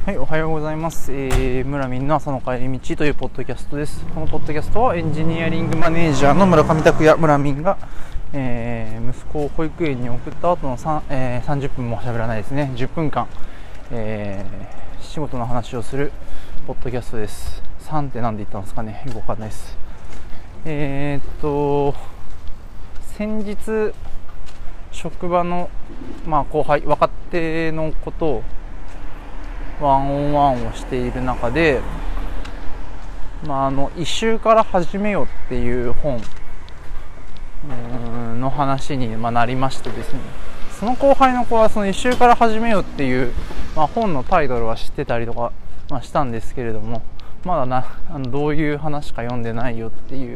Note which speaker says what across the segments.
Speaker 1: はい、おはようございます。村民の朝の帰り道というポッドキャストです。このポッドキャストはエンジニアリングマネージャーの村上拓也村民が、息子を保育園に送った後の30分も喋らないですね、10分間、仕事の話をするポッドキャストです。3って何で言ったんですかね、よくわかんないです。先日職場の、後輩、若手のことをワンオンワンをしている中で、一周から始めよっていう本の話になりましてですね、その後輩の子はその一周から始めよっていう、本のタイトルは知ってたりとか、したんですけれども、まだどういう話か読んでないよっていう、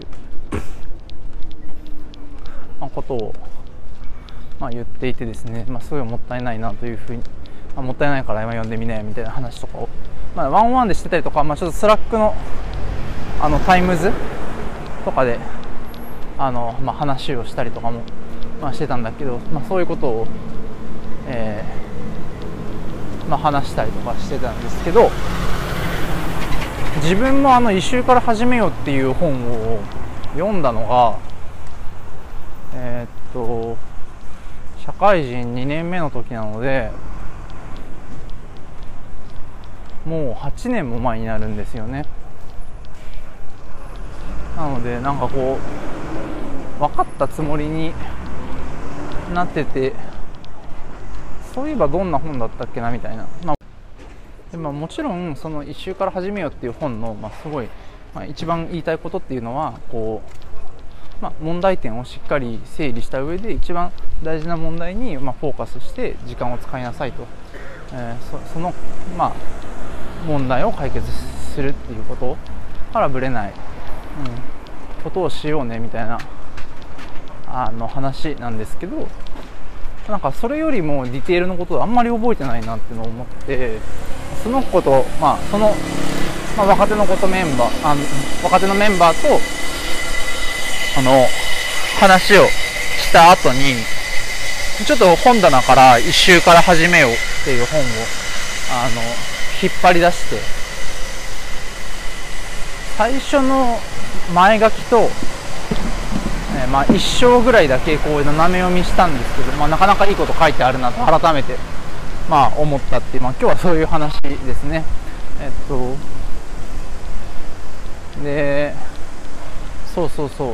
Speaker 1: ことを、言っていてですね、すごいもったいないなというふうに、もったいないから今読んでみなよみたいな話とかを、ワンオンワンでしてたりとか、ちょっとスラックのタイムズとかで話をしたりとかも、してたんだけど、そういうことを、話したりとかしてたんですけど、自分も一周から始めようっていう本を読んだのが社会人2年目の時なので、もう8年も前になるんですよね。なので分かったつもりになってて、そういえばどんな本だったっけなみたいな。でもちろんその一周から始めようっていう本の、すごい、一番言いたいことっていうのは問題点をしっかり整理した上で一番大事な問題にフォーカスして時間を使いなさいと、その問題を解決するっていうことからぶれない、ことをしようねみたいな話なんですけど、それよりもディテールのことをあんまり覚えてないなっていうのを思って、そのこと、その、若手のメンバーと話をした後にちょっと本棚から一周から始めようっていう本を引っ張り出して、最初の前書きと、一章ぐらいだけ斜め読みしたんですけど、なかなかいいこと書いてあるなと改めて思ったっていう、今日はそういう話ですね。で、そう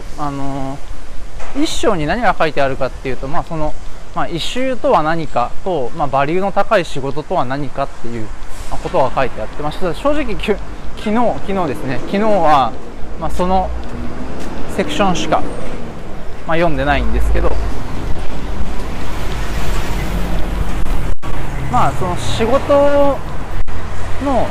Speaker 1: 一章に何が書いてあるかっていうと、一周とは何かと、バリューの高い仕事とは何かっていうことが書いてあって、正直昨日ですね、昨日は、そのセクションしか、読んでないんですけど、その仕事の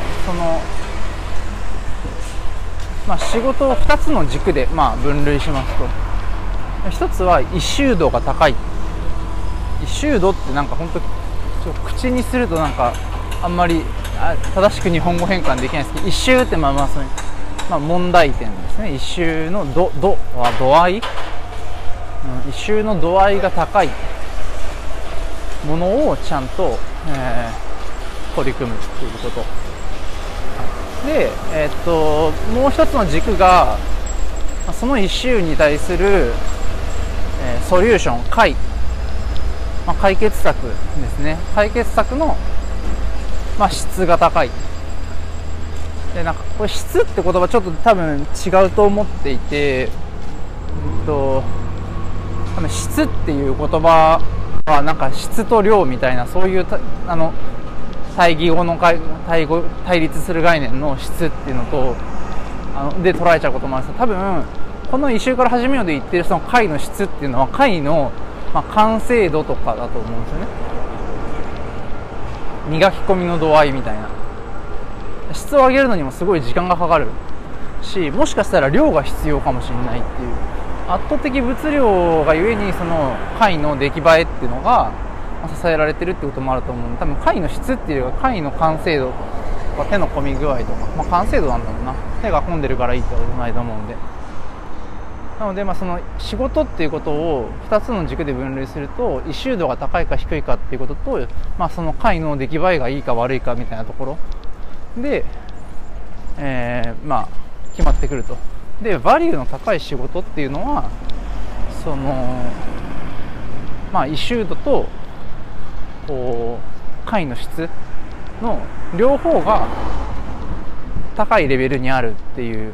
Speaker 1: 仕事を2つの軸で分類しますと、一つは異臭度が高い。異臭度って本当口にするとあんまり正しく日本語変換できないですけど、異臭って問題点ですね。異臭の度合い、異臭の度合いが高いものをちゃんと、取り組むということで、もう一つの軸がその異臭に対する、ソリューション、解決策ですね。解決策の、質が高い。でこれ質って言葉ちょっと多分違うと思っていて、多分質っていう言葉は質と量みたいな、そういう対立する概念の質っていうのとで捉えちゃうこともあるんですけど、多分この一周から始めようで言ってるその解の質っていうのは解の、完成度とかだと思うんですよね。磨き込みの度合いみたいな。質を上げるのにもすごい時間がかかるし、もしかしたら量が必要かもしれないっていう、圧倒的物量がゆえにその解の出来栄えっていうのが支えられてるってこともあると思うので、多分解の質っていうよりは解の完成度とか手の込み具合とか、完成度なんだろうな。手が込んでるからいいってことないと思うんで、なのでその仕事っていうことを2つの軸で分類すると、異臭度が高いか低いかっていうことと、その解の出来栄えがいいか悪いかみたいなところで、まあ決まってくると。でバリューの高い仕事っていうのはそのまあ異臭度とこう貝の質の両方が高いレベルにあるっていう、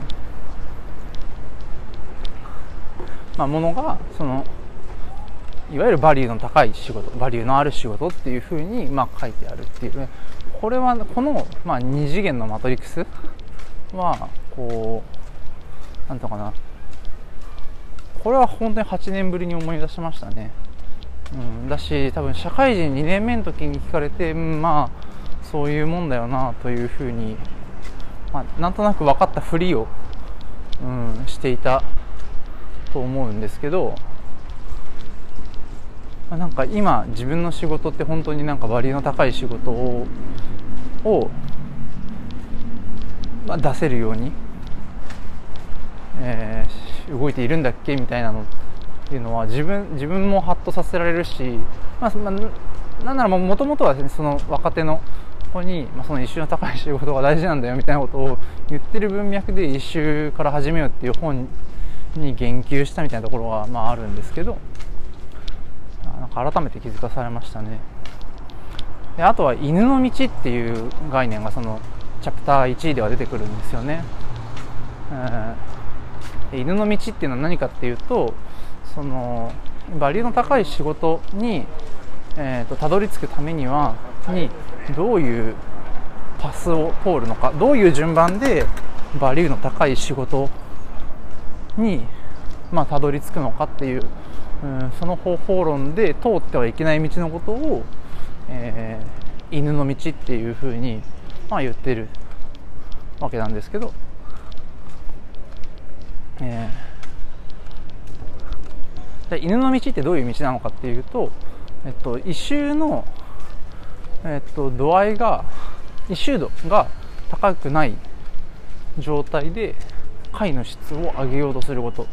Speaker 1: まあ、ものがそのいわゆるバリューの高い仕事、バリューのある仕事っていうふうにまあ書いてあるっていうね。これはこのまあ2次元のマトリックスはこうなんとかな、これは本当に8年ぶりに思い出しましたね。だし多分社会人2年目の時に聞かれて、まあそういうもんだよなというふうに、まあ、なんとなく分かったふりを、していたと思うんですけど、なんか今自分の仕事って本当になんかバリューの高い仕事を出せるように、動いているんだっけみたいなのっていうのは自分もハッとさせられるし、なんならもともとはその若手の子に、その一周の高い仕事が大事なんだよみたいなことを言ってる文脈で一周から始めようっていう本に言及したみたいなところはあるんですけど、なんか改めて気づかされましたね。であとは犬の道っていう概念がそのチャプター1では出てくるんですよね。犬の道っていうのは何かっていうと、そのバリューの高い仕事にたどり着くためにどういうパスを通るのか、どういう順番でバリューの高い仕事にたどり着くのかっていう、その方法論で通ってはいけない道のことを、犬の道っていうふうに言ってるわけなんですけど、犬の道ってどういう道なのかっていうと、異臭の、度合いが異臭度が高くない状態で貝の質を上げようとすること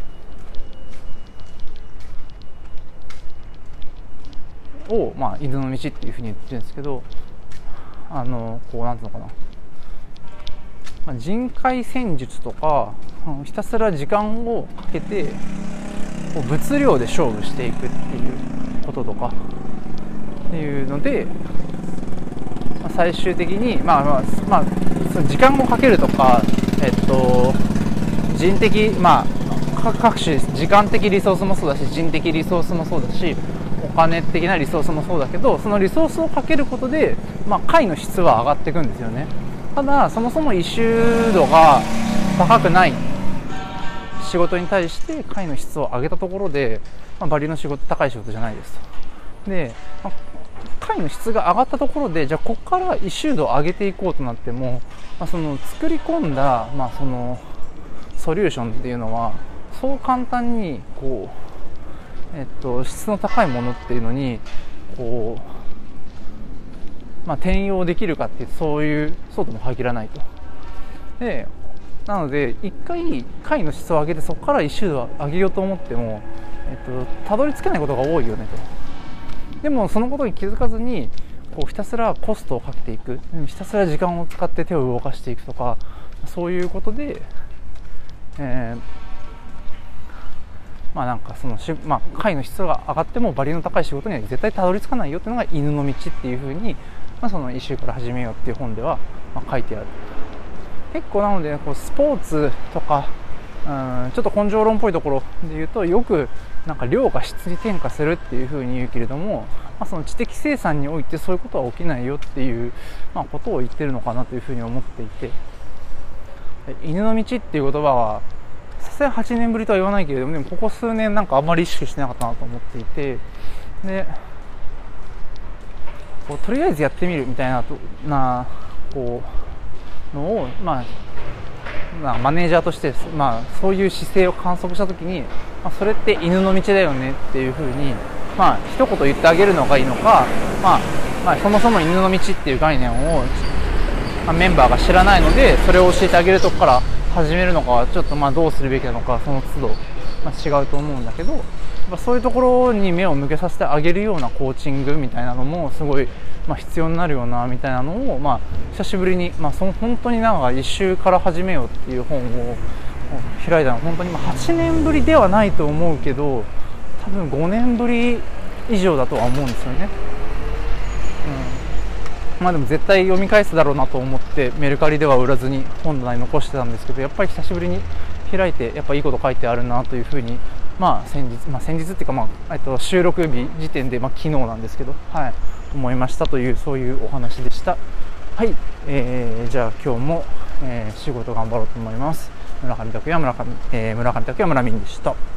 Speaker 1: を、犬の道っていうふうに言ってるんですけど、こうなんていうのかな、人海戦術とかひたすら時間をかけて物量で勝負していくっていうこととかっていうので、最終的にその時間をかけるとか、人的各種時間的リソースもそうだし、人的リソースもそうだし、お金的なリソースもそうだけど、そのリソースをかけることで、貝の質は上がっていくんですよね。ただそもそも異臭度が高くない仕事に対して貝の質を上げたところで、バリューの仕事高い仕事じゃないですと。で、貝の質が上がったところで、じゃあここから異臭度を上げていこうとなっても、その作り込んだ、そのソリューションっていうのはそう簡単にこう、質の高いものっていうのにこう、転用できるかっていうとそうとも限らないと。でなので一回貝の質を上げて、そこから異臭度を上げようと思っても、たどり着けないことが多いよねと。でもそのことに気づかずにこうひたすらコストをかけていく、ひたすら時間を使って手を動かしていくとか、そういうことで、なんかその貝の質が上がってもバリューの高い仕事には絶対たどり着かないよっていうのが犬の道っていう風に、その一周から始めようっていう本では書いてある。結構なのでこうスポーツとか、ちょっと根性論っぽいところで言うと、よくなんか量が質に転化するっていう風に言うけれども、その知的生産においてそういうことは起きないよっていう、ことを言ってるのかなという風に思っていて、犬の道っていう言葉はさすがに8年ぶりとは言わないけれども、でもここ数年なんかあんまり意識してなかったなと思っていて、でこうとりあえずやってみるみたいなこうのを、マネージャーとして、そういう姿勢を観測したときに、それって犬の道だよねっていうふうに、一言言ってあげるのがいいのか、そもそも犬の道っていう概念を、メンバーが知らないので、それを教えてあげるとこから始めるのかはちょっとどうするべきなのか、その都度、違うと思うんだけど、 ぱそういうところに目を向けさせてあげるようなコーチングみたいなのもすごい、必要になるよなみたいなのを、久しぶりに、本当になんか一周から始めようっていう本を開いたの本当に8年ぶりではないと思うけど、多分5年ぶり以上だとは思うんですよね。でも絶対読み返すだろうなと思ってメルカリでは売らずに本棚に残してたんですけど、やっぱり久しぶりに開いてやっぱいいこと書いてあるなというふうに、先日っていうか、収録日時点で、昨日なんですけど、思いましたという、そういうお話でした。はい、じゃあ今日も、仕事頑張ろうと思います。村上拓也村民でした。